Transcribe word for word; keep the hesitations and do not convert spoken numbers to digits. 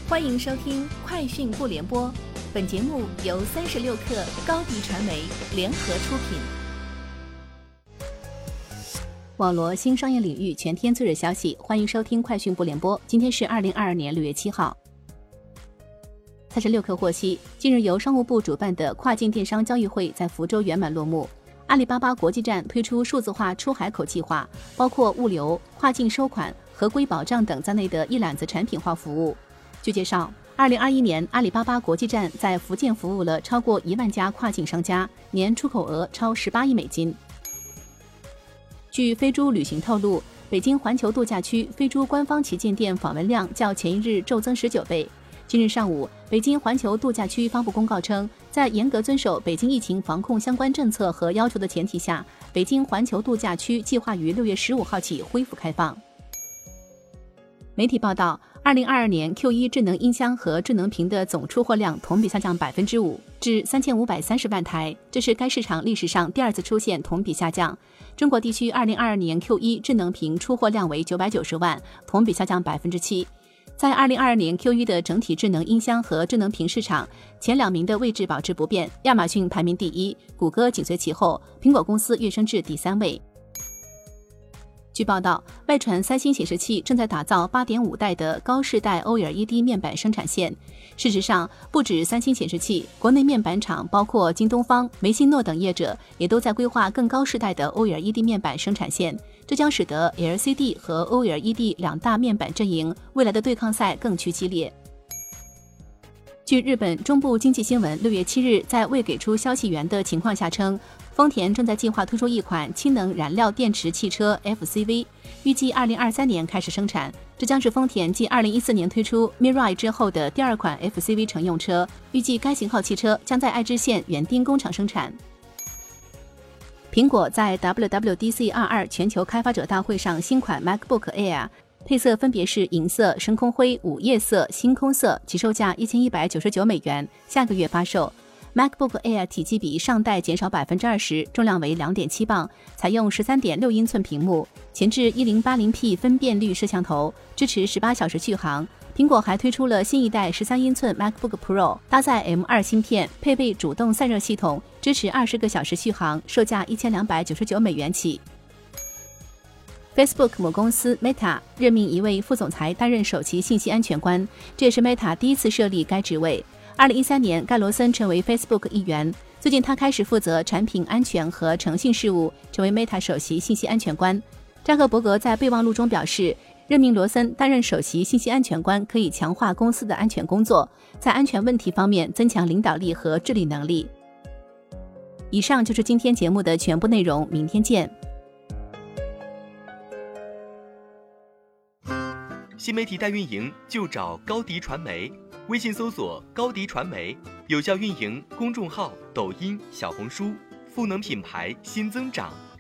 欢迎收听快讯不联播，本节目由三十六克高低传媒联合出品。 网罗新商业领域全天最热消息，欢迎收听快讯不联播。今天是二零二二年六月七号。三十六克获悉，近日由商务部主办的跨境电商交易会在福州圆满落幕。阿里巴巴国际站推出数字化出海口计划，包括物流、跨境收款、合规保障等在内的一揽子产品化服务。据介绍，二零二一年阿里巴巴国际站在福建服务了超过一万家跨境商家，年出口额超十八亿美金。据飞猪旅行透露，北京环球度假区飞猪官方旗舰店访问量较前一日骤增十九倍。今日上午，北京环球度假区发布公告称，在严格遵守北京疫情防控相关政策和要求的前提下，北京环球度假区计划于六月十五号起恢复开放。媒体报道，二零二二年 Q 一 智能音箱和智能屏的总出货量同比下降 百分之五， 至三千五百三十万台，这是该市场历史上第二次出现同比下降。中国地区二零二二年 Q 一 智能屏出货量为九百九十万，同比下降 百分之七。在二零二二年 Q 一 的整体智能音箱和智能屏市场，前两名的位置保持不变，亚马逊排名第一，谷歌紧随其后，苹果公司跃升至第三位。据报道，外传三星显示器正在打造 八点五 代的高世代 O L E D 面板生产线。事实上，不止三星显示器，国内面板厂包括京东方、梅信诺等业者也都在规划更高世代的 O L E D 面板生产线，这将使得 L C D 和 O L E D 两大面板阵营未来的对抗赛更趋激烈。据日本中部经济新闻六月七日在未给出消息源的情况下称，丰田正在计划推出一款氢能燃料电池汽车 F C V， 预计二零二三年开始生产。这将是丰田继二零一四年推出 Mirai 之后的第二款 F C V 乘用车，预计该型号汽车将在爱知县园丁工厂生产。苹果在 W W D C 二十二 全球开发者大会上新款 MacBook Air配色分别是银色、深空灰、午夜色、星空色，其售价一千一百九十九美元，下个月发售。MacBook Air 体积比上代减少 百分之二十， 重量为 两点七磅，采用 十三点六英寸屏幕，前置 一零八零 P 分辨率摄像头，支持十八小时续航。苹果还推出了新一代十三英寸 MacBook Pro， 搭载 M 二 芯片，配备主动散热系统，支持二十个小时续航，售价一千两百九十九美元起。Facebook 母公司 Meta 任命一位副总裁担任首席信息安全官，这也是 Meta 第一次设立该职位。二零一三年，盖罗森成为 Facebook 一员，最近他开始负责产品安全和诚信事务，成为 Meta 首席信息安全官。扎克伯格在备忘录中表示，任命罗森担任首席信息安全官可以强化公司的安全工作，在安全问题方面增强领导力和治理能力。以上就是今天节目的全部内容，明天见。 新媒体代运营就找高迪传媒，微信搜索高迪传媒，有效运营公众号、抖音、小红书，赋能品牌新增长。